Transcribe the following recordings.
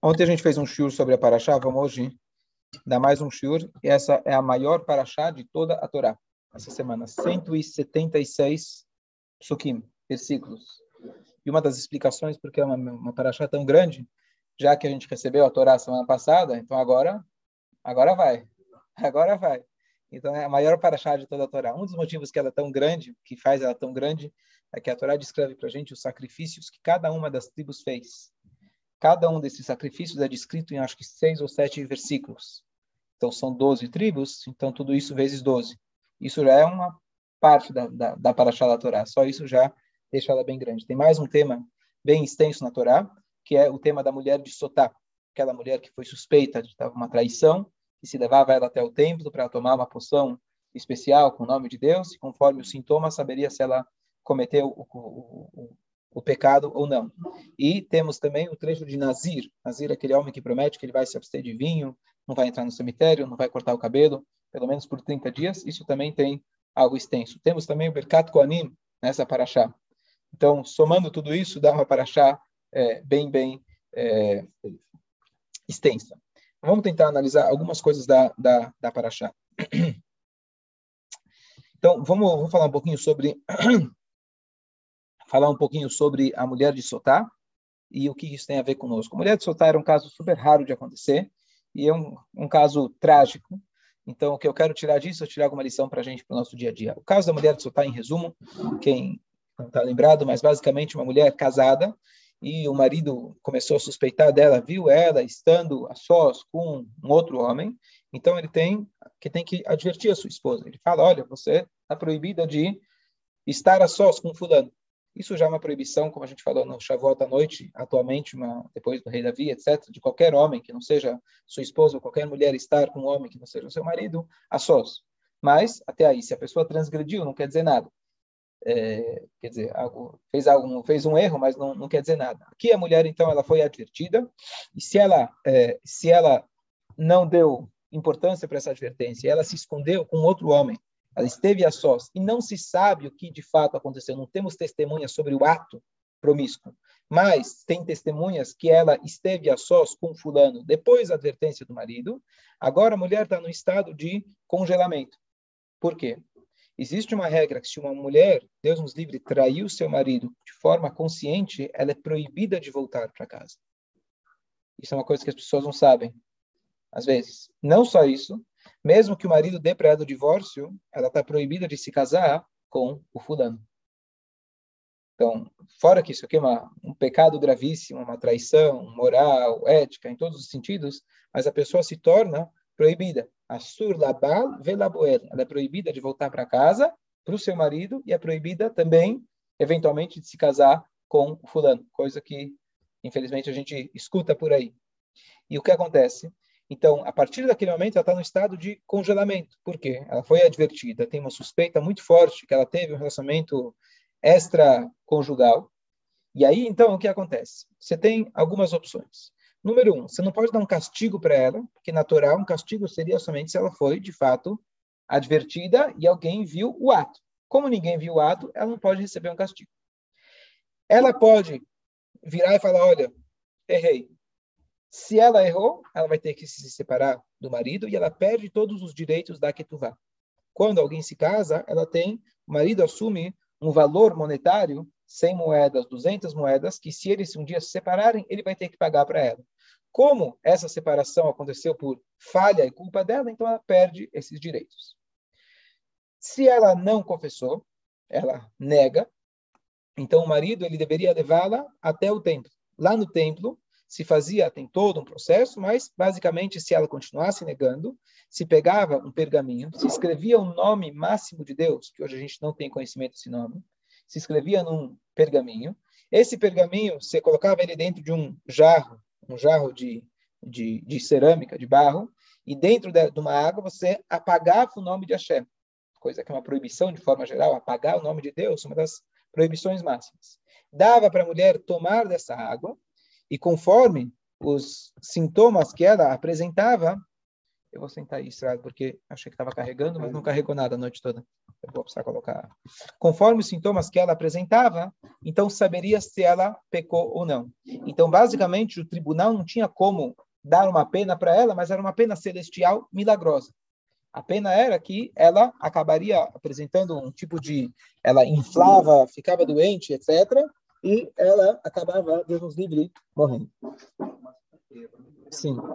Ontem a gente fez um shiur sobre a Parashá, vamos hoje dar mais um shiur. Essa é a maior Parashá de toda a Torá. Essa semana, 176 psukim, versículos. E uma das explicações, porque é uma Parashá tão grande, já que a gente recebeu a Torá semana passada, então agora vai. Agora vai. Então é a maior Parashá de toda a Torá. Um dos motivos que ela é tão grande, que faz ela tão grande, é que a Torá descreve para a gente os sacrifícios que cada uma das tribos fez. Cada um desses sacrifícios é descrito em, acho que, 6 ou 7 versículos. Então, são 12 tribos, então tudo isso vezes 12. Isso já é uma parte da Parashá da Torá. Só isso já deixa ela bem grande. Tem mais um tema bem extenso na Torá, que é o tema da mulher de Sotá. Aquela mulher que foi suspeita de uma traição, e se levava ela até o templo para tomar uma poção especial com o nome de Deus, e conforme os sintomas, saberia se ela cometeu o pecado ou não. E temos também o trecho de Nazir. Nazir é aquele homem que promete que ele vai se abster de vinho, não vai entrar no cemitério, não vai cortar o cabelo, pelo menos por 30 dias. Isso também tem algo extenso. Temos também o Berkat Kohanim nessa paraxá. Então, somando tudo isso, dá uma paraxá bem extensa. Vamos tentar analisar algumas coisas da paraxá. Então, vou falar um pouquinho sobre a mulher de Sotá e o que isso tem a ver conosco. A mulher de Sotá era um caso super raro de acontecer e é um caso trágico. Então, o que eu quero tirar disso é tirar alguma lição para a gente, para o nosso dia a dia. O caso da mulher de Sotá, em resumo, quem não está lembrado, mas basicamente uma mulher casada e o marido começou a suspeitar dela, viu ela estando a sós com um outro homem, então ele tem que advertir a sua esposa. Ele fala, olha, você está proibida de estar a sós com fulano. Isso já é uma proibição, como a gente falou no Shavuot à noite, atualmente, depois do rei Davi, etc., de qualquer homem que não seja sua esposa, ou qualquer mulher estar com um homem que não seja o seu marido, a sós. Mas, até aí, se a pessoa transgrediu, não quer dizer nada. Quer dizer, fez um erro, mas não quer dizer nada. Aqui a mulher, então, ela foi advertida, e se ela não deu importância para essa advertência, ela se escondeu com outro homem, ela esteve a sós, e não se sabe o que de fato aconteceu, não temos testemunhas sobre o ato promíscuo, mas tem testemunhas que ela esteve a sós com fulano depois da advertência do marido, agora a mulher está no estado de congelamento. Por quê? Existe uma regra que se uma mulher, Deus nos livre, traiu seu marido de forma consciente, ela é proibida de voltar para casa. Isso é uma coisa que as pessoas não sabem, às vezes. Não só isso, mesmo que o marido dê para ela o divórcio, ela está proibida de se casar com o fulano. Então, fora que isso aqui é um pecado gravíssimo, uma traição moral, ética, em todos os sentidos, mas a pessoa se torna proibida. Assur labal velaboel. Ela é proibida de voltar para casa, para o seu marido, e é proibida também, eventualmente, de se casar com o fulano, coisa que, infelizmente, a gente escuta por aí. E o que acontece? Então, a partir daquele momento, ela está no estado de congelamento. Por quê? Ela foi advertida, tem uma suspeita muito forte que ela teve um relacionamento extraconjugal. E aí, então, o que acontece? Você tem algumas opções. Número 1, você não pode dar um castigo para ela, porque, natural, um castigo seria somente se ela foi, de fato, advertida e alguém viu o ato. Como ninguém viu o ato, ela não pode receber um castigo. Ela pode virar e falar, olha, errei. Se ela errou, ela vai ter que se separar do marido e ela perde todos os direitos da ketuvá. Quando alguém se casa, o marido assume um valor monetário, 100 moedas, 200 moedas, que se eles um dia se separarem, ele vai ter que pagar para ela. Como essa separação aconteceu por falha e culpa dela, então ela perde esses direitos. Se ela não confessou, ela nega, então o marido ele deveria levá-la até o templo. Lá no templo, tem todo um processo, mas basicamente se ela continuasse negando, se pegava um pergaminho, se escrevia o nome máximo de Deus, que hoje a gente não tem conhecimento desse nome, se escrevia num pergaminho, esse pergaminho, você colocava ele dentro de um jarro de cerâmica, de barro, e dentro de uma água você apagava o nome de Hashem, coisa que é uma proibição de forma geral, apagar o nome de Deus, uma das proibições máximas. Dava para a mulher tomar dessa água, e conforme os sintomas que ela apresentava, Eu vou sentar aí, Israel, porque achei que estava carregando, mas não carregou nada a noite toda. Eu vou precisar colocar. Conforme os sintomas que ela apresentava, então saberia se ela pecou ou não. Então, basicamente, o tribunal não tinha como dar uma pena para ela, mas era uma pena celestial milagrosa. A pena era que ela acabaria apresentando um tipo de... Ela inflava, ficava doente, etc. E ela acabava, Deus nos livre, morrendo. Sim.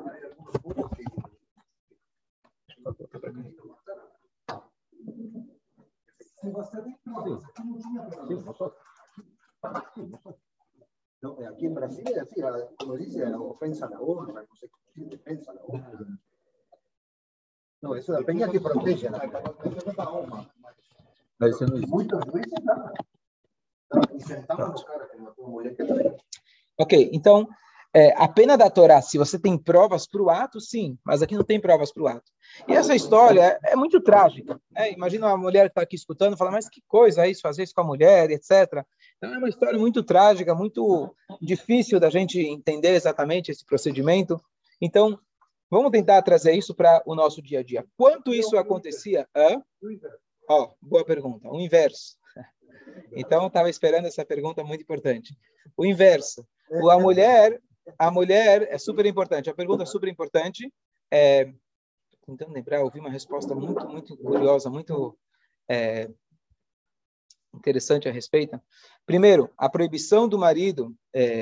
No, aquí en Brasil es así, como dice, ofensa a la honra, no sé cómo se dice, defensa a la honra. No, eso es la peña que protege a la honra. Muitos juízes, nada. E sentavam no cara que matou uma mulher que era. Ok, então, a pena da Torá, se você tem provas para o ato, sim, mas aqui não tem provas para o ato. E essa história é muito trágica. Imagina uma mulher que está aqui escutando e fala, mas que coisa é isso, fazer isso com a mulher, etc. Então, é uma história muito trágica, muito difícil da gente entender exatamente esse procedimento. Então, vamos tentar trazer isso para o nosso dia a dia. Quanto isso acontecia? Boa pergunta. O inverso. Então, eu estava esperando essa pergunta muito importante. O inverso. A mulher é super importante. A pergunta é super importante. Tentando lembrar, eu ouvi uma resposta muito, muito curiosa, muito interessante a respeito. Primeiro, a proibição do marido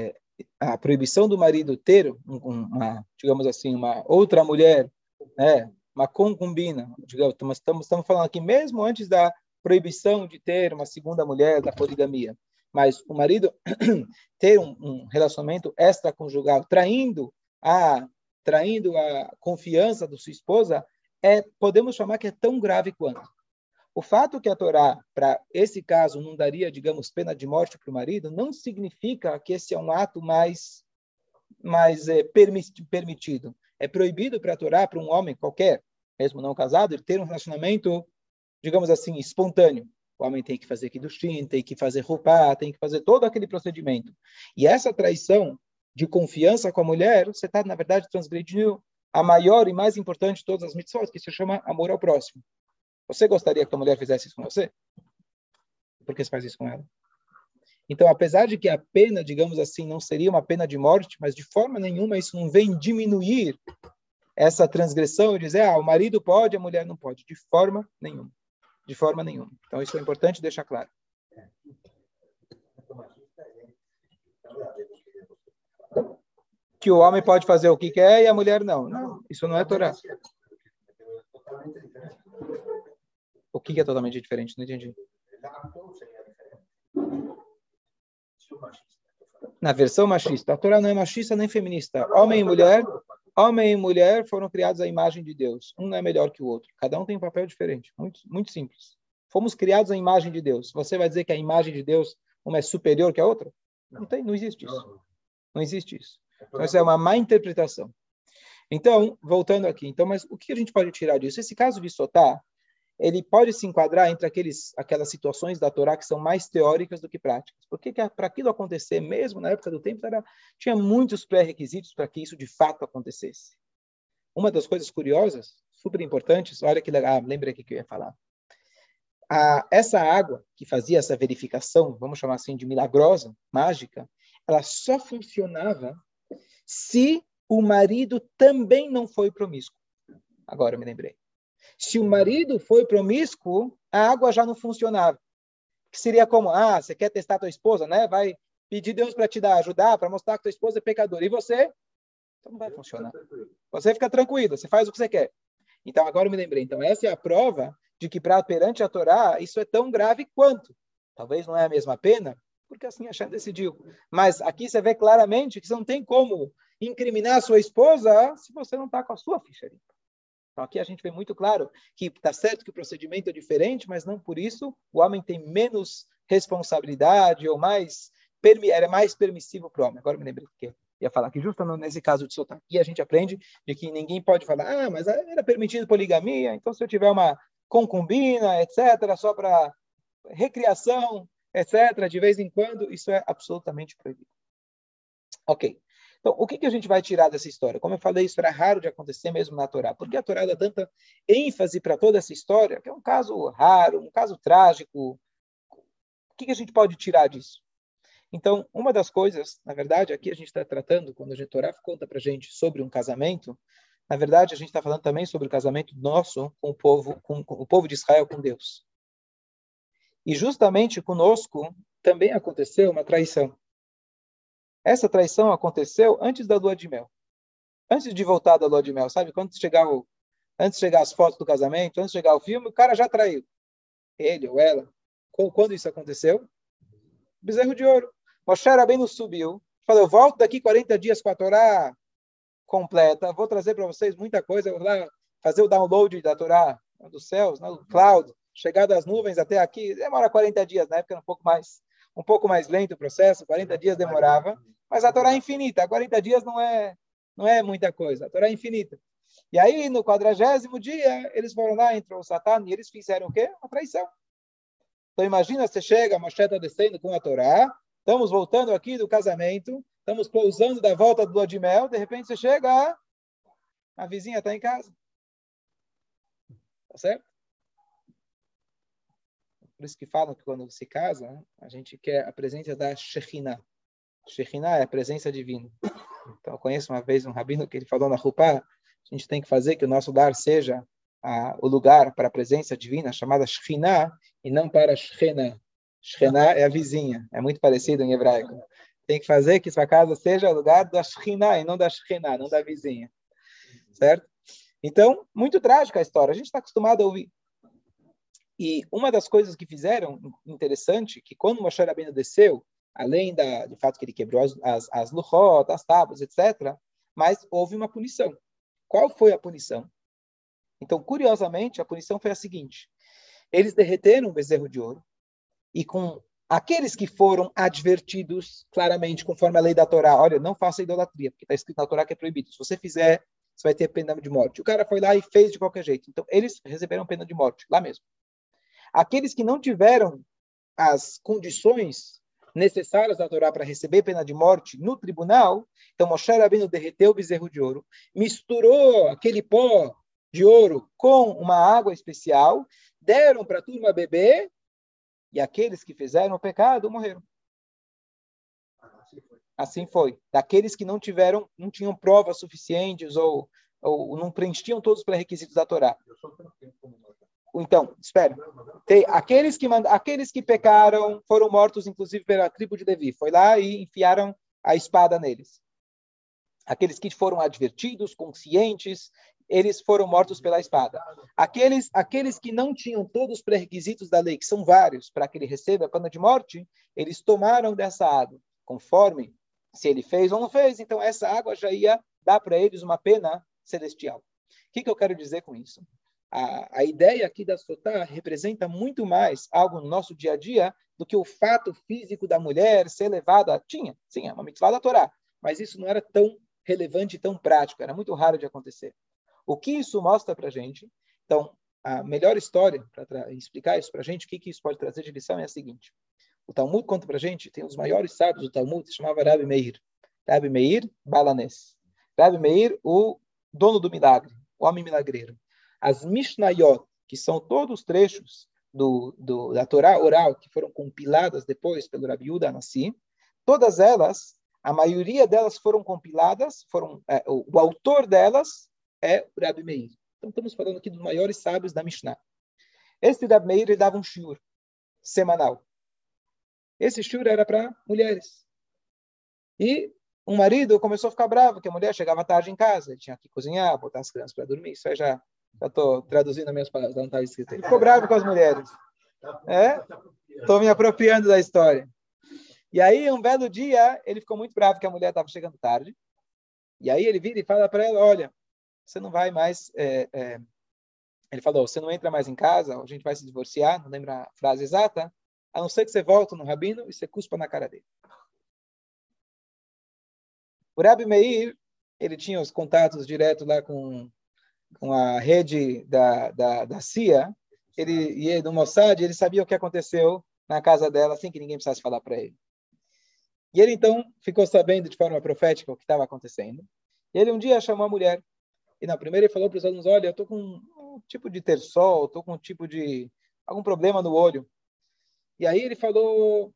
ter digamos assim, uma outra mulher, uma concubina, digamos, estamos falando aqui mesmo antes da proibição de ter uma segunda mulher, da poligamia. Mas o marido ter um relacionamento extraconjugal, traindo a confiança da sua esposa, podemos chamar que é tão grave quanto. O fato que a Torá, para esse caso, não daria, digamos, pena de morte para o marido, não significa que esse é um ato mais permitido. É proibido para a Torá, para um homem qualquer, mesmo não casado, ele ter um relacionamento, digamos assim, espontâneo. O homem tem que fazer kiddushin, tem que fazer roupa, tem que fazer todo aquele procedimento. E essa traição de confiança com a mulher, você está, na verdade, transgredindo a maior e mais importante de todas as mitzvot, que se chama amor ao próximo. Você gostaria que a mulher fizesse isso com você? Por que você faz isso com ela? Então, apesar de que a pena, digamos assim, não seria uma pena de morte, mas de forma nenhuma isso não vem diminuir essa transgressão e dizer, o marido pode, a mulher não pode. De forma nenhuma. De forma nenhuma. Então, isso é importante deixar claro. Que o homem pode fazer o que quer e a mulher não. Não, isso não é Torá. O que é totalmente diferente? Não entendi. Na versão machista, a Torá não é machista nem feminista. Homem e mulher foram criados à imagem de Deus. Um não é melhor que o outro. Cada um tem um papel diferente. Muito, muito simples. Fomos criados à imagem de Deus. Você vai dizer que a imagem de Deus uma é superior que a outra? Não existe isso. Não existe isso. Então, essa é uma má interpretação. Então, voltando aqui. Então, mas o que a gente pode tirar disso? Esse caso de Sotá, ele pode se enquadrar entre aquelas situações da Torá que são mais teóricas do que práticas. Porque para aquilo acontecer, mesmo na época do templo, tinha muitos pré-requisitos para que isso de fato acontecesse. Uma das coisas curiosas, super importantes, olha que legal, lembrei aqui que eu ia falar. Essa água que fazia essa verificação, vamos chamar assim de milagrosa, mágica, ela só funcionava se o marido também não foi promíscuo. Agora eu me lembrei. Se o marido foi promíscuo, a água já não funcionava. Que seria como, você quer testar a tua esposa, né? Vai pedir Deus para te ajudar, para mostrar que tua esposa é pecadora. E você? Então não vai funcionar. Você fica tranquilo, você faz o que você quer. Então agora eu me lembrei. Então essa é a prova de que perante a Torá isso é tão grave quanto. Talvez não é a mesma pena, porque assim Hashem decidiu. Mas aqui você vê claramente que você não tem como incriminar a sua esposa se você não está com a sua ficha limpa. Então, aqui a gente vê muito claro que está certo que o procedimento é diferente, mas não por isso o homem tem menos responsabilidade ou era mais permissivo para o homem. Agora eu me lembrei que ia falar que justo nesse caso de Sotá, aqui a gente aprende de que ninguém pode falar, mas era permitido poligamia, então se eu tiver uma concubina, etc., só para recriação, etc., de vez em quando, isso é absolutamente proibido. Ok. Então, o que a gente vai tirar dessa história? Como eu falei, isso era raro de acontecer mesmo na Torá. Por que a Torá dá tanta ênfase para toda essa história, que é um caso raro, um caso trágico? O que a gente pode tirar disso? Então, uma das coisas, na verdade, aqui a gente está tratando, quando a Torá conta para a gente sobre um casamento, na verdade, a gente está falando também sobre o casamento nosso com o povo de Israel com Deus. E justamente conosco também aconteceu uma traição. Essa traição aconteceu antes da lua de mel. Antes de voltar da lua de mel, sabe? Antes de chegar as fotos do casamento, antes de chegar o filme, o cara já traiu. Ele ou ela. Quando isso aconteceu? Bezerro de ouro. Moshe Rabbeinu subiu, falou, eu volto daqui 40 dias com a Torá completa, vou trazer para vocês muita coisa, vou lá fazer o download da Torá dos céus, no cloud, chegar das nuvens até aqui, demora 40 dias, na época era um pouco mais lento o processo, 40 dias demorava, mas a Torá é infinita, 40 dias não é muita coisa, a Torá é infinita. E aí, no 40º dia, eles foram lá, entrou o Satã, e eles fizeram o quê? Uma traição. Então, imagina, você chega, Moshe está descendo com a Torá, estamos voltando aqui do casamento, estamos pousando da volta do lua de mel, de repente você chega, a vizinha está em casa. Tá certo? Por isso que falam que quando se casa, a gente quer a presença da Shekhinah. Shekhinah é a presença divina. Então, eu conheço uma vez um rabino que ele falou na Rupá, a gente tem que fazer que o nosso lar seja o lugar para a presença divina, chamada Shekhinah, e não para Shekhinah. Shekhinah é a vizinha, é muito parecido em hebraico. Tem que fazer que sua casa seja o lugar da Shekhinah, e não da Shekhinah, não da vizinha. Certo? Então, muito trágica a história, a gente está acostumado a ouvir. E uma das coisas que fizeram, interessante, que quando Moshe Rabbeinu desceu, além do fato que ele quebrou as luchot, as tábuas, etc., mas houve uma punição. Qual foi a punição? Então, curiosamente, a punição foi a seguinte. Eles derreteram o bezerro de ouro e com aqueles que foram advertidos claramente, conforme a lei da Torá, olha, não faça idolatria, porque está escrito na Torá que é proibido. Se você fizer, você vai ter pena de morte. O cara foi lá e fez de qualquer jeito. Então, eles receberam pena de morte, lá mesmo. Aqueles que não tiveram as condições necessárias da Torá para receber pena de morte no tribunal, então Moshe Rabbeinu derreteu o bezerro de ouro, misturou aquele pó de ouro com uma água especial, deram para a turma beber, e aqueles que fizeram o pecado morreram. Assim foi. Daqueles que não tinham provas suficientes ou não preenchiam todos os pré-requisitos da Torá. Então, espera. Aqueles que pecaram foram mortos, inclusive, pela tribo de Levi. Foi lá e enfiaram a espada neles. Aqueles que foram advertidos, conscientes, eles foram mortos pela espada. Aqueles que não tinham todos os pré-requisitos da lei, que são vários, para que ele receba a pena de morte, eles tomaram dessa água, conforme se ele fez ou não fez. Então, essa água já ia dar para eles uma pena celestial. O que eu quero dizer com isso? A ideia aqui da Sotá representa muito mais algo no nosso dia a dia do que o fato físico da mulher ser levada. Sim, é uma mitzvah da Torá, mas isso não era tão relevante e tão prático, era muito raro de acontecer. O que isso mostra para a gente? Então, a melhor história para explicar isso para a gente, o que isso pode trazer de lição é a seguinte. O Talmud conta para a gente, tem um dos maiores sábios do Talmud, se chamava Rabi Meir. Rabi Meir Balanés. Rabi Meir, o dono do milagre, o homem milagreiro. As Mishnayot, que são todos trechos da Torá oral, que foram compiladas depois pelo Rabi Yehuda Anassi, todas elas, a maioria delas foram compiladas, o autor delas é o Rabi Meir. Então, estamos falando aqui dos maiores sábios da Mishnah. Esse Rabi Meir, ele dava um shiur semanal. Esse shiur era para mulheres. E um marido começou a ficar bravo, que a mulher chegava tarde em casa, ele tinha que cozinhar, botar as crianças para dormir. Isso aí já estou traduzindo as minhas palavras, não está escrito. Ele ficou bravo com as mulheres. Estou me apropriando da história. E aí, um belo dia, ele ficou muito bravo que a mulher estava chegando tarde. E aí ele vira e fala para ela, olha, você não vai mais... Ele falou, você não entra mais em casa, a gente vai se divorciar, não lembro a frase exata, a não ser que você volte no rabino e você cuspa na cara dele. O Rabi Meir, ele tinha os contatos diretos lá com a rede da CIA, do Mossad, ele sabia o que aconteceu na casa dela, sem que ninguém precisasse falar para ele. E ele, então, ficou sabendo de forma profética o que estava acontecendo. E ele um dia chamou a mulher. E na primeira ele falou para os alunos, olha, eu estou com um tipo de ter-sol, estou com um tipo de algum problema no olho. E aí ele falou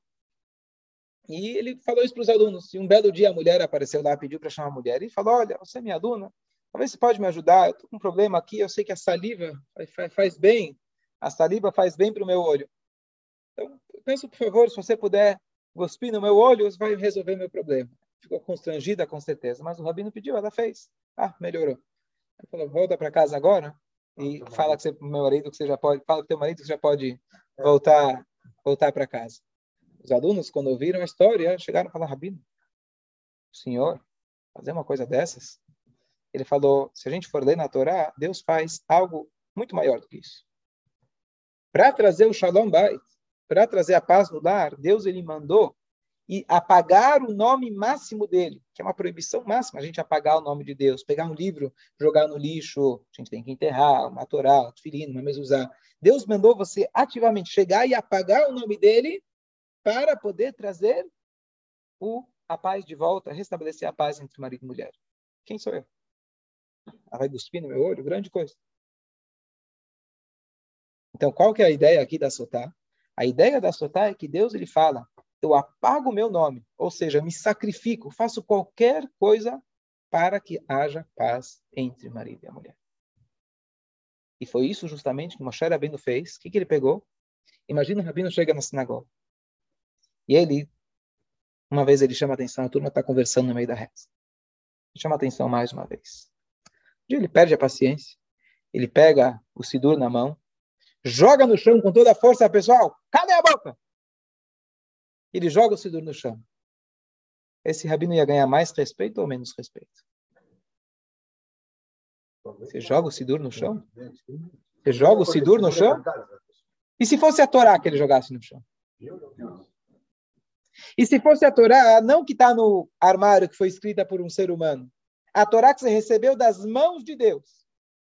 isso para os alunos. E um belo dia a mulher apareceu lá, pediu para chamar a mulher. E falou, olha, você é minha aluna, talvez você pode me ajudar, eu estou com um problema aqui, eu sei que a saliva faz bem, a saliva faz bem para o meu olho. Então, eu peço, por favor, se você puder cuspir no meu olho, você vai resolver meu problema. Ficou constrangida, com certeza, mas o rabino pediu, ela fez. Ah, melhorou. Ele falou, volta para casa agora e fala que meu marido que você já pode, fala que teu marido que já pode voltar para casa. Os alunos, quando ouviram a história, chegaram e falaram, rabino, o senhor fazer uma coisa dessas? Ele falou, se a gente for ler na Torá, Deus faz algo muito maior do que isso. Para trazer o Shalom Bait, para trazer a paz no lar, Deus ele mandou e apagar o nome máximo dele, que é uma proibição máxima, a gente apagar o nome de Deus, pegar um livro, jogar no lixo, a gente tem que enterrar, uma Torá, um tefilin, uma mezuzá. Deus mandou você ativamente chegar e apagar o nome dele para poder trazer a paz de volta, restabelecer a paz entre marido e mulher. Quem sou eu? Ela vai cuspir no meu olho? Grande coisa. Então, qual que é a ideia aqui da Sotá? A ideia da Sotá é que Deus ele fala, eu apago o meu nome, ou seja, me sacrifico, faço qualquer coisa para que haja paz entre o marido e a mulher. E foi isso justamente que Moshe Rabbeinu fez. O que ele pegou? Imagina o Rabino chega na sinagoga. E ele, uma vez ele chama a atenção, a turma está conversando no meio da reza. Chama a atenção mais uma vez. Um dia ele perde a paciência, ele pega o sidur na mão, joga no chão com toda a força, pessoal, calem a boca! Ele joga o sidur no chão. Esse rabino ia ganhar mais respeito ou menos respeito? Você joga o sidur no chão? Você joga o sidur no chão? E se fosse a Torá que ele jogasse no chão? E se fosse a Torá, não que está no armário que foi escrita por um ser humano, a Torá que você recebeu das mãos de Deus.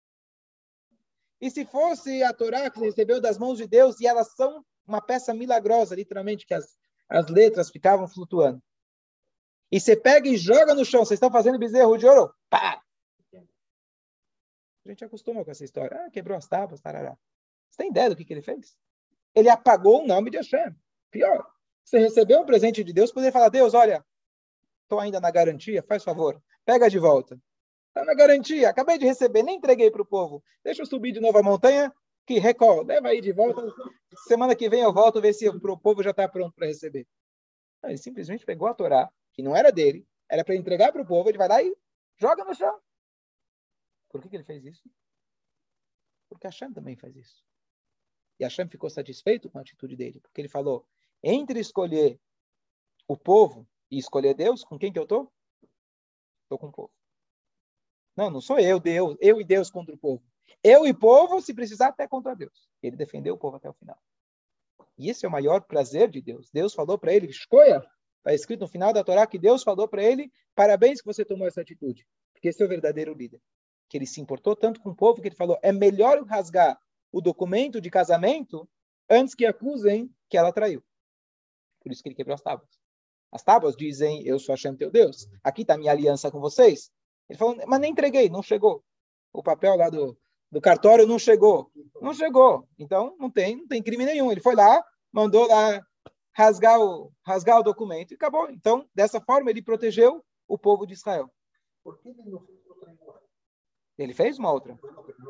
E se fosse a Torá que você recebeu das mãos de Deus, e elas são uma peça milagrosa, literalmente, que as letras ficavam flutuando. E você pega e joga no chão, vocês estão fazendo bezerro de ouro? Pá! A gente acostuma com essa história. Ah, quebrou as tábuas, tarará. Você tem ideia do que ele fez? Ele apagou o nome de Hashem. Pior, você recebeu um presente de Deus, poderia falar, Deus, olha, estou ainda na garantia, faz favor, pega de volta. Está na garantia, acabei de receber, nem entreguei para o povo. Deixa eu subir de novo a montanha, que recall, leva aí de volta. Semana que vem eu volto ver se o povo já está pronto para receber. Não, ele simplesmente pegou a Torá, que não era dele, era para entregar para o povo, ele vai lá e joga no chão. Por que ele fez isso? Porque Hashem também faz isso. E Hashem ficou satisfeito com a atitude dele, porque ele falou, entre escolher o povo e escolher Deus, com quem que eu estou? Estou com o povo. Não, não sou eu, Deus, eu e Deus contra o povo. Eu e povo, se precisar, até contra Deus. Ele defendeu o povo até o final. E esse é o maior prazer de Deus. Deus falou para ele, escolha. Está escrito no final da Torá que Deus falou para ele, parabéns que você tomou essa atitude. Porque esse é o verdadeiro líder. Que ele se importou tanto com o povo que ele falou, é melhor rasgar o documento de casamento antes que acusem que ela traiu. Por isso que ele quebrou as tábuas. As tábuas dizem, eu sou Hashem teu Deus. Aqui está a minha aliança com vocês. Ele falou, mas nem entreguei, não chegou. O papel lá do cartório não chegou. Não chegou. Então, não tem crime nenhum. Ele foi lá, mandou lá rasgar o documento e acabou. Então, dessa forma, ele protegeu o povo de Israel. Por que ele não fez outra igual? Ele fez uma outra.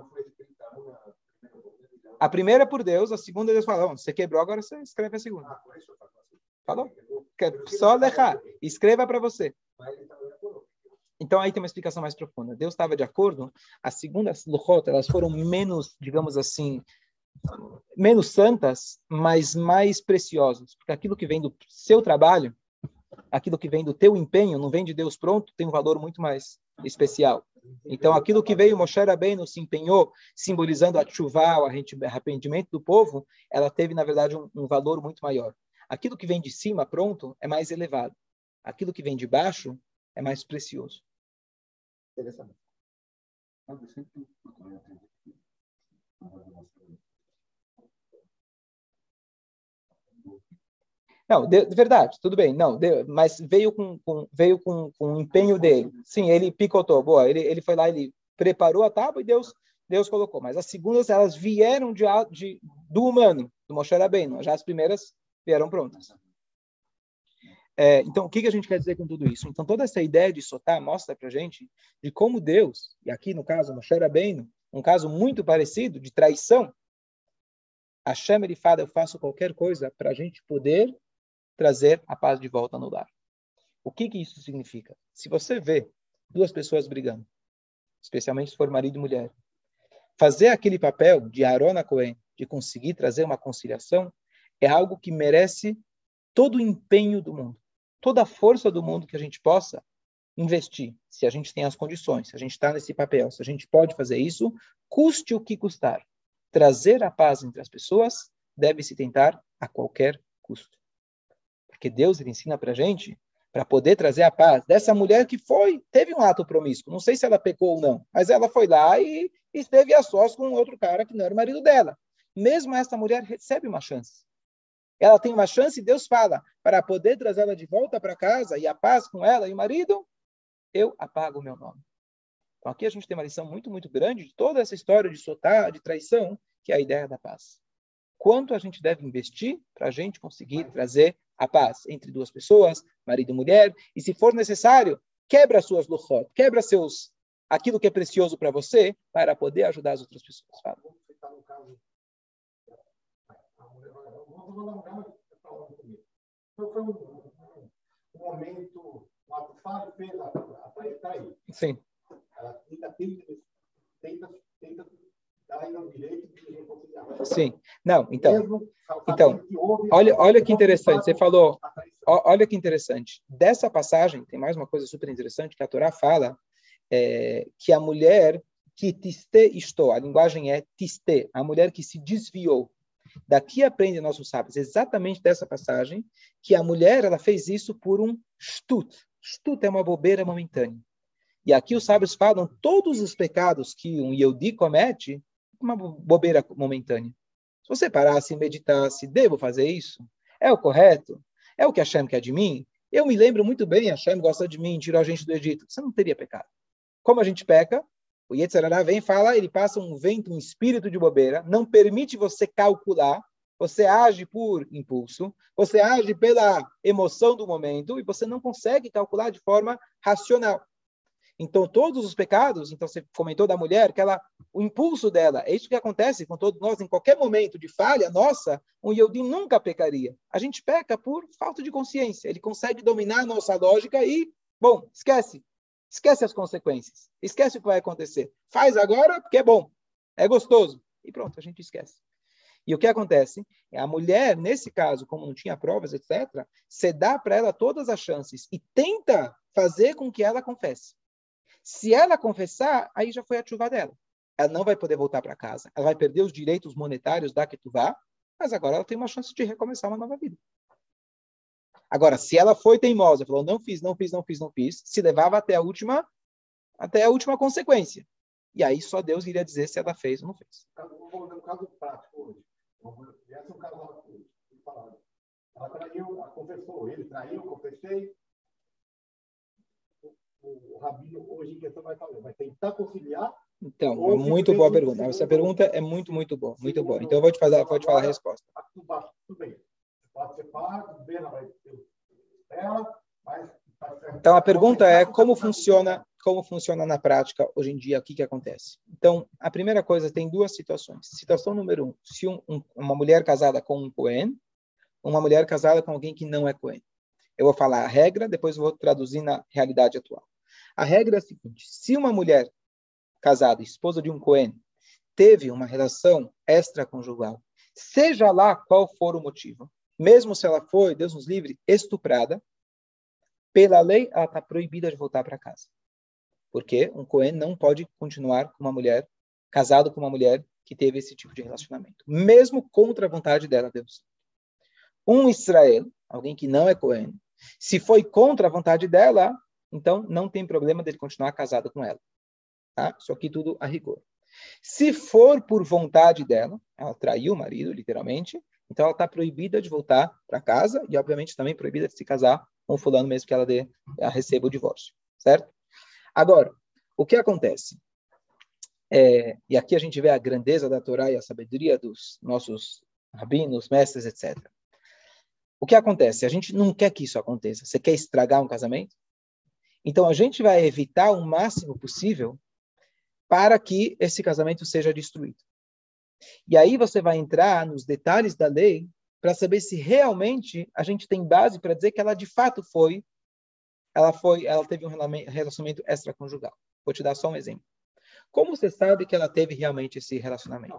A primeira é por Deus, a segunda Deus falou, você quebrou, agora você escreve a segunda. Falou? Só deixar. Escreva para você. Então, aí tem uma explicação mais profunda. Deus estava de acordo, as segundas luchot, elas foram menos, digamos assim, menos santas, mas mais preciosas. Porque aquilo que vem do seu trabalho, aquilo que vem do teu empenho, não vem de Deus pronto, tem um valor muito mais especial. Então, aquilo que veio, Moshe Rabbeinu se empenhou, simbolizando a tshuva, o arrependimento do povo, ela teve, na verdade, um valor muito maior. Aquilo que vem de cima, pronto, é mais elevado. Aquilo que vem de baixo é mais precioso. Interessante. Não, de verdade, tudo bem, não, mas veio com o empenho dele. Sim, ele picotou, boa, ele foi lá, ele preparou a tábua e Deus colocou. Mas as segundas, elas vieram do humano, do Moshe Rabbeinu. Já as primeiras vieram prontas. Então, o que a gente quer dizer com tudo isso? Então, toda essa ideia de Sotá mostra para a gente de como Deus, e aqui no caso, Moshe Rabbeinu, um caso muito parecido, de traição, Hashem, ele fala, eu faço qualquer coisa para a gente poder trazer a paz de volta no lar. O que isso significa? Se você vê duas pessoas brigando, especialmente se for marido e mulher, fazer aquele papel de Aaron a Cohen, de conseguir trazer uma conciliação, é algo que merece todo o empenho do mundo, toda a força do mundo que a gente possa investir, se a gente tem as condições, se a gente está nesse papel, se a gente pode fazer isso, custe o que custar. Trazer a paz entre as pessoas deve-se tentar a qualquer custo. Porque Deus ele ensina para a gente, para poder trazer a paz dessa mulher que teve um ato promíscuo. Não sei se ela pecou ou não, mas ela foi lá e esteve a sós com outro cara que não era o marido dela. Mesmo essa mulher recebe uma chance. Ela tem uma chance e Deus fala, para poder trazê-la de volta para casa e a paz com ela e o marido, eu apago o meu nome. Então aqui a gente tem uma lição muito, muito grande de toda essa história de Sotá, de traição, que é a ideia da paz. Quanto a gente deve investir para a gente conseguir trazer a paz entre duas pessoas, marido e mulher, e se for necessário, quebra suas luchot, quebra aquilo que é precioso para você, para poder ajudar as outras pessoas. Fala. Então foi um momento, um ato falho fez a trair. Sim. Ela tenta dar ainda o direito de reconciliar. Sim. Não, então olha que interessante, você falou, olha que interessante. Dessa passagem, tem mais uma coisa super interessante, que a Torá fala, que a mulher que tiste estou, a linguagem é tiste, a mulher que se desviou. Daqui aprende nossos sábios, exatamente dessa passagem, que a mulher ela fez isso por um shtut. Shtut é uma bobeira momentânea. E aqui os sábios falam todos os pecados que um Yehudi comete, uma bobeira momentânea. Se você parasse e meditasse, devo fazer isso? É o correto? É o que Hashem quer de mim? Eu me lembro muito bem, Hashem gosta de mim, tirou a gente do Egito. Você não teria pecado. Como a gente peca? O Yetzer Hara vem e fala, ele passa um vento, um espírito de bobeira, não permite você calcular, você age por impulso, você age pela emoção do momento e você não consegue calcular de forma racional. Então, todos os pecados, então você comentou da mulher, que o impulso dela, é isso que acontece com todos nós, em qualquer momento de falha nossa, um Yehudi nunca pecaria. A gente peca por falta de consciência, ele consegue dominar a nossa lógica e, bom, esquece as consequências, esquece o que vai acontecer. Faz agora porque é bom, é gostoso, e pronto, a gente esquece. E o que acontece? A mulher, nesse caso, como não tinha provas, etc., você dá para ela todas as chances e tenta fazer com que ela confesse. Se ela confessar, aí já foi a tchuvá dela. Ela não vai poder voltar para casa. Ela vai perder os direitos monetários da ketuvá, mas agora ela tem uma chance de recomeçar uma nova vida. Agora, se ela foi teimosa, falou, não fiz, se levava até a última consequência. E aí só Deus iria dizer se ela fez ou não fez. Vou dar um caso prático hoje. Esse é um caso hoje. Ela traiu, ela confessou. Ele traiu, confessei. O rabino hoje em questão vai falar, vai tentar conciliar. Então, muito boa pergunta. Essa pergunta é muito, muito boa. Muito boa. Então, eu vou te falar a resposta. Tudo bem. Pode ser parte, tudo bem, ela vai ter ela, mas... Então, a pergunta é como funciona na prática hoje em dia, o que acontece. Então, a primeira coisa, tem duas situações. Situação número 1, se uma mulher casada com um Cohen, uma mulher casada com alguém que não é Cohen. Eu vou falar a regra, depois eu vou traduzir na realidade atual. A regra é a seguinte, se uma mulher casada, esposa de um Cohen, teve uma relação extraconjugal, seja lá qual for o motivo, mesmo se ela foi, Deus nos livre, estuprada, pela lei, ela está proibida de voltar para casa. Porque um Cohen não pode continuar com uma mulher, casado com uma mulher que teve esse tipo de relacionamento. Mesmo contra a vontade dela, Deus. Um Israel, alguém que não é Cohen, se foi contra a vontade dela, então não tem problema dele continuar casado com ela. Tá? Isso aqui tudo a rigor. Se for por vontade dela, ela traiu o marido, literalmente, Então, ela está proibida de voltar para casa e, obviamente, também proibida de se casar com o fulano mesmo que ela receba o divórcio, certo? Agora, o que acontece? E aqui a gente vê a grandeza da Torá e a sabedoria dos nossos rabinos, mestres, etc. O que acontece? A gente não quer que isso aconteça. Você quer estragar um casamento? Então, a gente vai evitar o máximo possível para que esse casamento seja destruído. E aí você vai entrar nos detalhes da lei para saber se realmente a gente tem base para dizer que ela de fato ela teve um relacionamento extraconjugal. Vou te dar só um exemplo. Como você sabe que ela teve realmente esse relacionamento?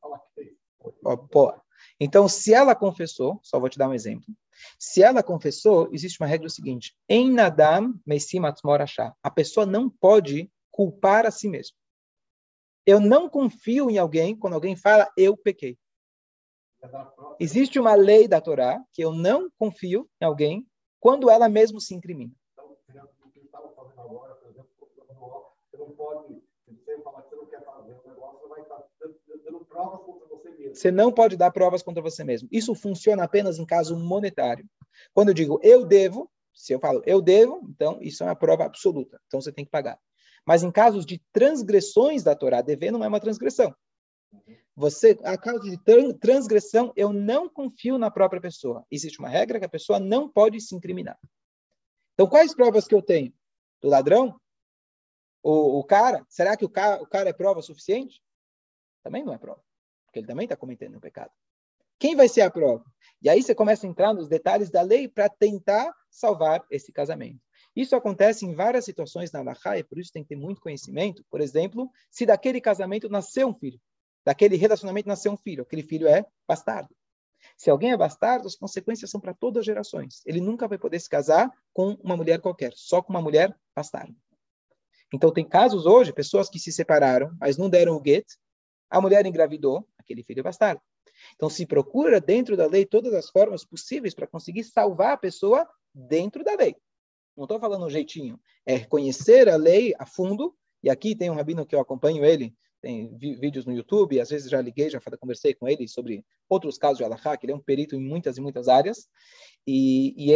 Então, se ela confessou, só vou te dar um exemplo. Se ela confessou, existe uma regra seguinte: em nadam mesim atzmor achá. A pessoa não pode culpar a si mesma. Eu não confio em alguém quando alguém fala, eu pequei. Existe uma lei da Torá que eu não confio em alguém quando ela mesmo se incrimina. Então, o que eu estava fazendo agora, por exemplo, você não pode, se você falar que você não quer fazer um negócio, você vai estar dando provas contra você mesmo. Você não pode dar provas contra você mesmo. Isso funciona apenas em caso monetário. Quando eu digo eu devo, se eu falo eu devo, então isso é uma prova absoluta. Então você tem que pagar. Mas em casos de transgressões da Torá, dever não é uma transgressão. A causa de transgressão, eu não confio na própria pessoa. Existe uma regra que a pessoa não pode se incriminar. Então, quais provas que eu tenho? Do ladrão? O cara? Será que o cara é prova suficiente? Também não é prova, porque ele também está cometendo um pecado. Quem vai ser a prova? E aí você começa a entrar nos detalhes da lei para tentar salvar esse casamento. Isso acontece em várias situações na Halakha, e por isso tem que ter muito conhecimento. Por exemplo, se daquele casamento nasceu um filho, daquele relacionamento nasceu um filho, aquele filho é bastardo. Se alguém é bastardo, as consequências são para todas as gerações. Ele nunca vai poder se casar com uma mulher qualquer, só com uma mulher bastarda. Então tem casos hoje, pessoas que se separaram, mas não deram o get, a mulher engravidou, aquele filho é bastardo. Então se procura dentro da lei todas as formas possíveis para conseguir salvar a pessoa dentro da lei. Não estou falando um jeitinho, é conhecer a lei a fundo, e aqui tem um rabino que eu acompanho ele, tem vídeos no YouTube, às vezes já liguei, conversei com ele sobre outros casos de Halakha, que ele é um perito em muitas e muitas áreas, e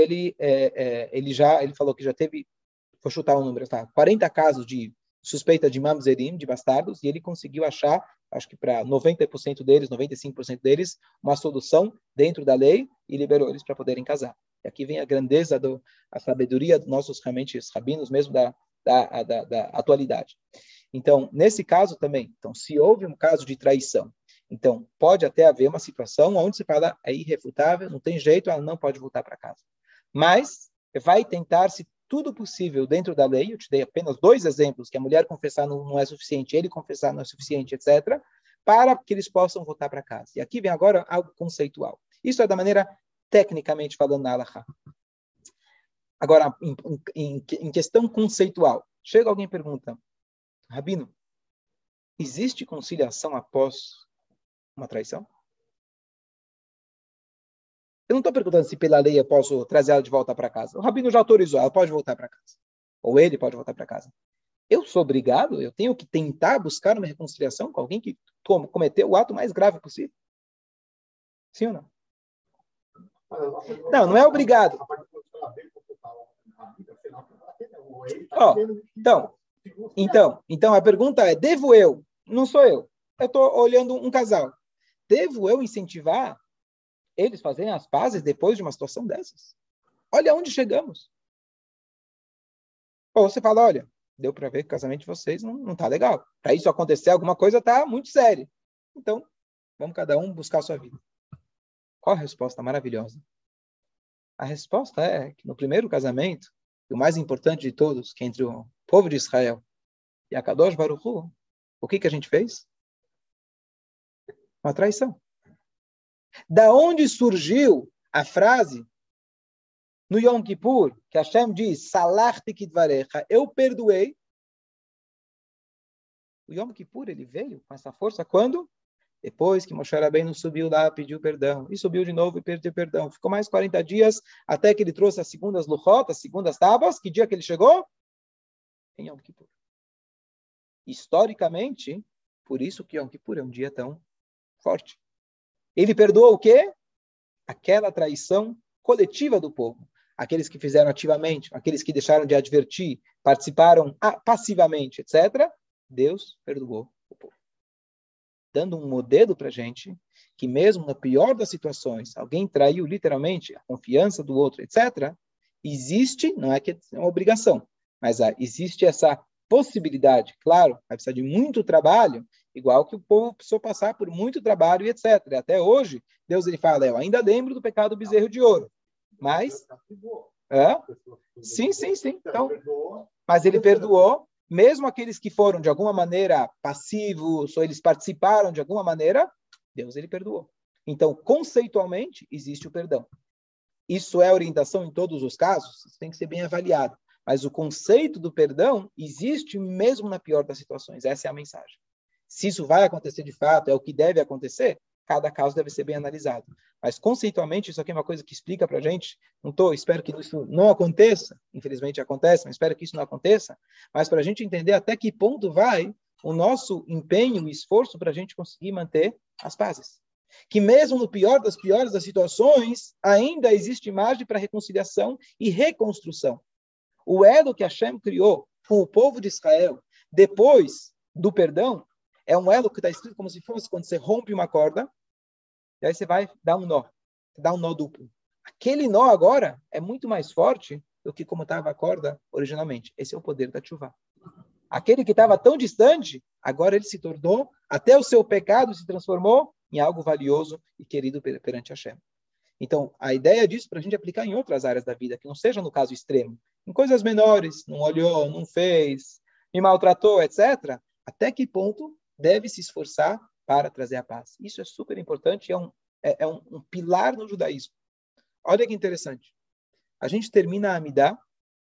ele falou que já teve, vou chutar um número, 40 casos de suspeita de mamzerim, de bastardos, e ele conseguiu achar, acho que para 90% deles, 95% deles, uma solução dentro da lei e liberou eles para poderem casar. E aqui vem a grandeza, a sabedoria dos nossos realmente rabinos, mesmo da atualidade. Então, nesse caso também, então, se houve um caso de traição, então pode até haver uma situação onde se fala é irrefutável, não tem jeito, ela não pode voltar para casa. Mas vai tentar, se tudo possível dentro da lei, eu te dei apenas 2 exemplos, que a mulher confessar não é suficiente, ele confessar não é suficiente, etc., para que eles possam voltar para casa. E aqui vem agora algo conceitual. Isso é da maneira tecnicamente falando na Halakha. Agora, em questão conceitual, chega alguém e pergunta, Rabino, existe conciliação após uma traição? Eu não estou perguntando se pela lei eu posso trazer ela de volta para casa. O Rabino já autorizou, ela pode voltar para casa. Ou ele pode voltar para casa. Eu sou obrigado, eu tenho que tentar buscar uma reconciliação com alguém que cometeu o ato mais grave possível? Sim ou não? Não, não é obrigado. Então, a pergunta é, devo eu? Não sou eu. Eu estou olhando um casal. Devo eu incentivar eles fazerem as pazes depois de uma situação dessas? Olha onde chegamos. Ou você fala, olha, deu para ver que o casamento de vocês não está legal. Para isso acontecer, alguma coisa está muito séria. Então, vamos cada um buscar a sua vida. Qual a resposta maravilhosa? A resposta é que no primeiro casamento, o mais importante de todos, que é entre o povo de Israel e a Kadosh Baruch Hu, o que a gente fez? Uma traição. Da onde surgiu a frase no Yom Kippur, que Hashem diz, Salachti kidvarecha, eu perdoei. O Yom Kippur, ele veio com essa força quando? Depois que Moshe Rabbeinu subiu lá, pediu perdão, e subiu de novo e pediu perdão. Ficou mais 40 dias até que ele trouxe as segundas luchot, as segundas tábuas. Que dia que ele chegou? Em Yom Kippur. Historicamente, por isso que Yom Kippur é um dia tão forte. Ele perdoou o quê? Aquela traição coletiva do povo. Aqueles que fizeram ativamente, aqueles que deixaram de advertir, participaram passivamente, etc. Deus perdoou o povo. Dando um modelo para a gente que mesmo na pior das situações, alguém traiu literalmente a confiança do outro, etc., existe, não é que é uma obrigação, mas existe essa possibilidade. Claro, vai precisar de muito trabalho, igual que o povo precisou passar por muito trabalho e etc. Até hoje, Deus ele fala, eu ainda lembro do pecado do bezerro de ouro. Mas... Sim. Então, mas ele perdoou, mesmo aqueles que foram de alguma maneira passivos, ou eles participaram de alguma maneira, Deus ele perdoou. Então, conceitualmente, existe o perdão. Isso é orientação em todos os casos? Isso tem que ser bem avaliado. Mas o conceito do perdão existe mesmo na pior das situações. Essa é a mensagem. Se isso vai acontecer de fato, é o que deve acontecer, cada caso deve ser bem analisado. Mas, conceitualmente, isso aqui é uma coisa que explica para a gente. Espero que isso não aconteça. Infelizmente acontece, mas espero que isso não aconteça. Mas para a gente entender até que ponto vai o nosso empenho e esforço para a gente conseguir manter as pazes. Que mesmo no pior das piores das situações, ainda existe margem para reconciliação e reconstrução. O elo que Hashem criou com o povo de Israel, depois do perdão, é um elo que está escrito como se fosse quando você rompe uma corda, e aí você vai dar um nó duplo. Aquele nó agora é muito mais forte do que como estava a corda originalmente. Esse é o poder da tshuva. Aquele que estava tão distante, agora ele se tornou, até o seu pecado se transformou em algo valioso e querido perante Hashem. Então, a ideia disso para a gente aplicar em outras áreas da vida, que não seja no caso extremo, em coisas menores, não olhou, não fez, me maltratou, etc. Até que ponto deve se esforçar para trazer a paz? Isso é super importante, é um pilar no judaísmo. Olha que interessante. A gente termina a Amidah,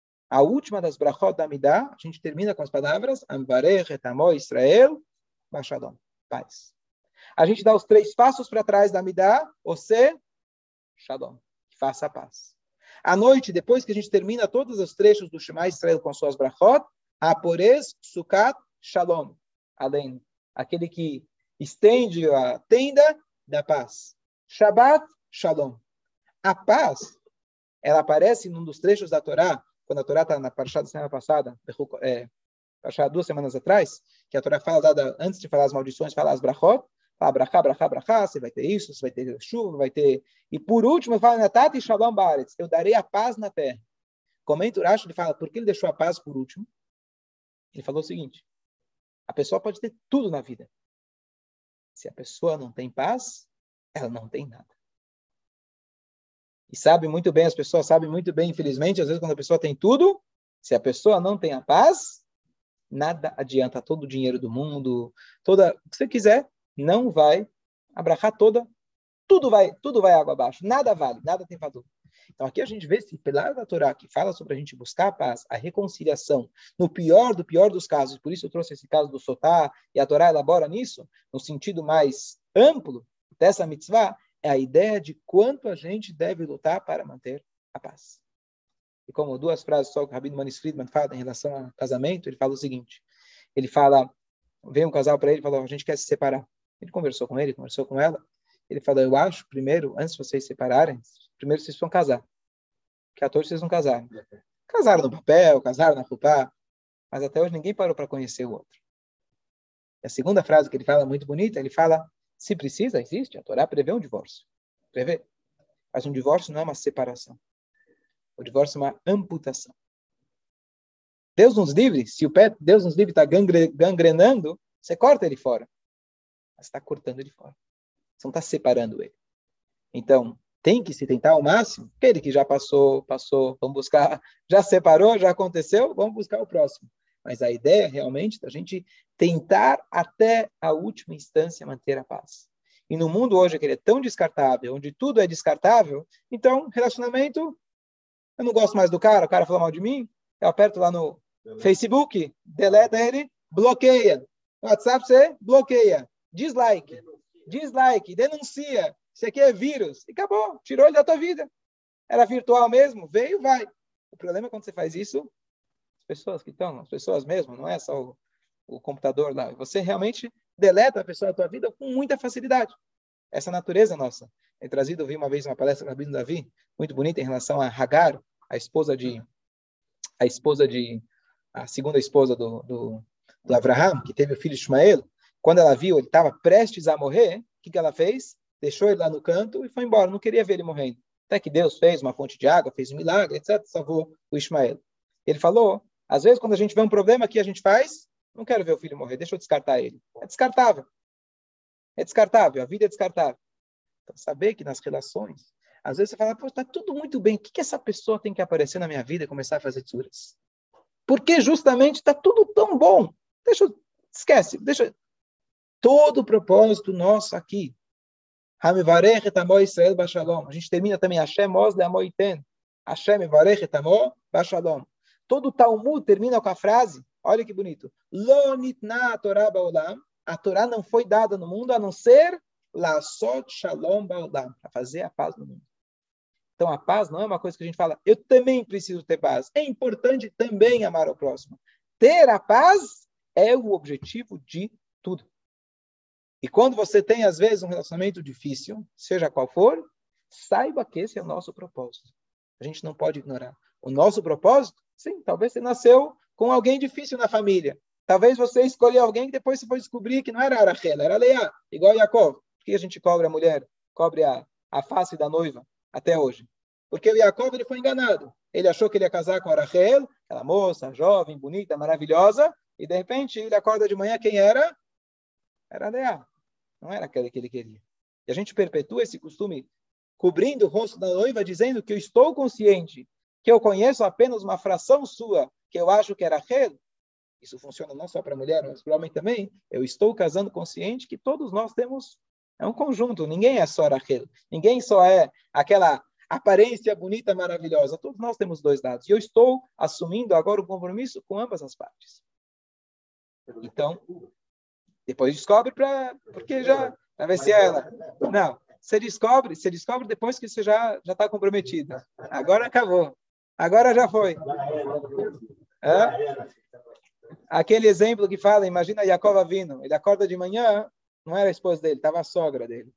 a última das brachot da Amidah, a gente termina com as palavras Amvarech et Amo Israel, Bashalom, paz. A gente dá os 3 passos para trás da Amidah, Ose, Shalom, faça a paz. À noite, depois que a gente termina todos os trechos do Shema Israel com suas brachot, Apores, Sukkot, Shalom, além, aquele que estende a tenda da paz. Shabbat, Shalom. A paz, ela aparece num dos trechos da Torá, quando a Torá está na Parashá da semana passada, Parashá 2 semanas atrás, que a Torá fala, antes de falar as maldições, fala as brachot, fala brachá, você vai ter isso, você vai ter chuva, vai ter... E por último, fala Natati Shalom Baaretz, eu darei a paz na terra. Comenta o Urash, ele fala, por que ele deixou a paz por último? Ele falou o seguinte, a pessoa pode ter tudo na vida. Se a pessoa não tem paz, ela não tem nada. E as pessoas sabem muito bem, infelizmente, às vezes quando a pessoa tem tudo, se a pessoa não tem a paz, nada adianta, todo o dinheiro do mundo, o que você quiser, não vai abraçar tudo vai água abaixo, nada vale, nada tem valor. Então aqui a gente vê esse pilar da Torá que fala sobre a gente buscar a paz, a reconciliação, no pior dos casos, por isso eu trouxe esse caso do Sotá, e a Torá elabora nisso, no sentido mais amplo dessa mitzvah, é a ideia de quanto a gente deve lutar para manter a paz. E como 2 frases só que o Rabino Manis Friedman fala em relação ao casamento, ele fala o seguinte, ele fala, veio um casal para ele e falou, a gente quer se separar. Ele conversou com ela, ele falou, eu acho, primeiro, antes de vocês se separarem, primeiro vocês vão casar. Porque até hoje vocês não casaram. Casaram no papel, casaram na rupá, mas até hoje ninguém parou para conhecer o outro. E a segunda frase que ele fala, muito bonita, ele fala, se precisa, existe, a Torá prevê um divórcio. Prevê. Mas um divórcio não é uma separação. O divórcio é uma amputação. Deus nos livre, se o pé, Deus nos livre está gangrenando, você corta ele fora. Mas está cortando ele fora. Você não está separando ele. Então, tem que se tentar ao máximo. Aquele que já passou, vamos buscar, já separou, já aconteceu, vamos buscar o próximo. Mas a ideia realmente é a gente tentar até a última instância manter a paz. E no mundo hoje que ele é tão descartável, onde tudo é descartável, então, relacionamento, eu não gosto mais do cara, o cara fala mal de mim, eu aperto lá no Facebook, deleta ele, bloqueia. WhatsApp você bloqueia. Dislike, denuncia. Isso aqui é vírus. E acabou, tirou ele da tua vida. Era virtual mesmo, veio, vai. O problema é quando você faz isso, as pessoas mesmo, não é só o computador lá. Você realmente deleta a pessoa da tua vida com muita facilidade. Essa natureza nossa. É trazido, eu vi uma vez uma palestra do Rabino Davi, muito bonita em relação a Hagar, a segunda esposa do Abraham, que teve o filho Ismael. Quando ela viu, ele estava prestes a morrer, o que ela fez? Deixou ele lá no canto e foi embora, não queria ver ele morrendo. Até que Deus fez uma fonte de água, fez um milagre, etc., salvou o Ismael. Ele falou, às vezes quando a gente vê um problema, o que a gente faz? Não quero ver o filho morrer, deixa eu descartar ele. É descartável. É descartável, a vida é descartável. Então, saber que nas relações, às vezes você fala, pô, está tudo muito bem, o que essa pessoa tem que aparecer na minha vida e começar a fazer tsuras? Porque justamente está tudo tão bom. Esquece, todo o propósito nosso aqui. Hamivarech et amo Israel bashalom. A gente termina também Hashem Oz le'amo iten. Hashem Varech et amo bashalom. Todo o Talmud termina com a frase, olha que bonito. Lo nitna Torah ba'olam. A Torá não foi dada no mundo a não ser la'asot shalom ba'olam, para fazer a paz no mundo. Então a paz não é uma coisa que a gente fala, eu também preciso ter paz. É importante também amar o próximo. Ter a paz é o objetivo de tudo. E quando você tem, às vezes, um relacionamento difícil, seja qual for, saiba que esse é o nosso propósito. A gente não pode ignorar. O nosso propósito, sim, talvez você nasceu com alguém difícil na família. Talvez você escolheu alguém que depois você foi descobrir que não era Rachel, era Leá, igual Yaakov. Por que a gente cobre a mulher, cobre a face da noiva até hoje? Porque o Yaakov ele foi enganado. Ele achou que ele ia casar com a Rachel, aquela moça jovem, bonita, maravilhosa, e de repente ele acorda de manhã, quem era? Era Leá. Não era aquele que ele queria. E a gente perpetua esse costume, cobrindo o rosto da noiva, dizendo que eu estou consciente, que eu conheço apenas uma fração sua, que eu acho que era Rachel. Isso funciona não só para a mulher, mas para o homem também. Eu estou casando consciente que todos nós temos, é um conjunto, ninguém é só Rachel, ninguém só é aquela aparência bonita, maravilhosa. Todos nós temos dois lados. E eu estou assumindo agora o compromisso com ambas as partes. Então, depois descobre porque já vai ver se ela. Não, você descobre depois que você já está comprometido. Agora acabou. Agora já foi. Aquele exemplo que fala, imagina Yaakov Avinu, ele acorda de manhã, não era a esposa dele, estava a sogra dele.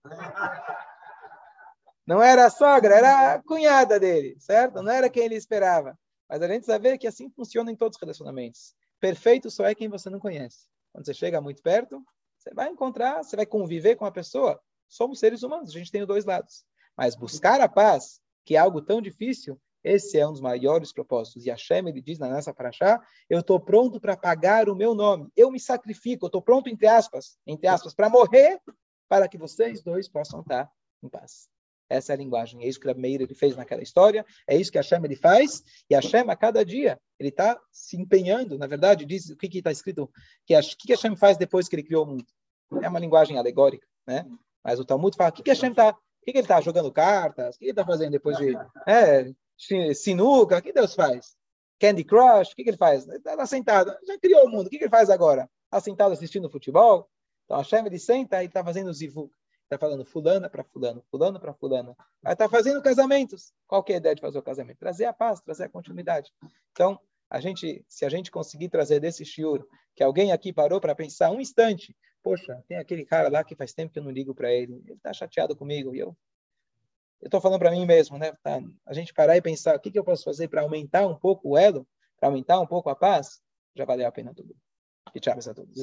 Não era a sogra, era a cunhada dele, certo? Não era quem ele esperava. Mas a gente sabe que assim funciona em todos os relacionamentos. Perfeito só é quem você não conhece. Quando você chega muito perto, você vai encontrar, você vai conviver com a pessoa. Somos seres humanos, a gente tem os dois lados. Mas buscar a paz, que é algo tão difícil, esse é um dos maiores propósitos. E Hashem, ele diz na nossa paraxá, eu estou pronto para pagar o meu nome. Eu me sacrifico, eu estou pronto, entre aspas, para morrer, para que vocês dois possam estar em paz. Essa é a linguagem. É isso que a Meir ele fez naquela história. É isso que Hashem ele faz. E Hashem, a cada dia, ele está se empenhando. Na verdade, diz o que está escrito. Que Hashem faz depois que ele criou o mundo. É uma linguagem alegórica, né? Mas o Talmud fala, o que Hashem está... O que ele está jogando cartas? O que ele está fazendo depois de... sinuca? O que Deus faz? Candy Crush? O que ele faz? Ele está sentado. Já criou o mundo. O que ele faz agora? Está sentado assistindo futebol? Então Hashem ele senta e está fazendo zivuk. Está falando fulana para fulano, fulano para fulana. Aí está fazendo casamentos. Qual que é a ideia de fazer o casamento? Trazer a paz, trazer a continuidade. Então, se a gente conseguir trazer desse shiur, que alguém aqui parou para pensar um instante, poxa, tem aquele cara lá que faz tempo que eu não ligo para ele, ele está chateado comigo, e eu estou falando para mim mesmo, né? Tá, a gente parar e pensar, o que eu posso fazer para aumentar um pouco o elo, para aumentar um pouco a paz, já valeu a pena tudo. E tchau a todos.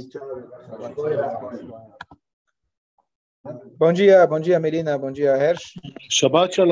Bom dia, Melina, bom dia, Hersh. Shabbat shalom.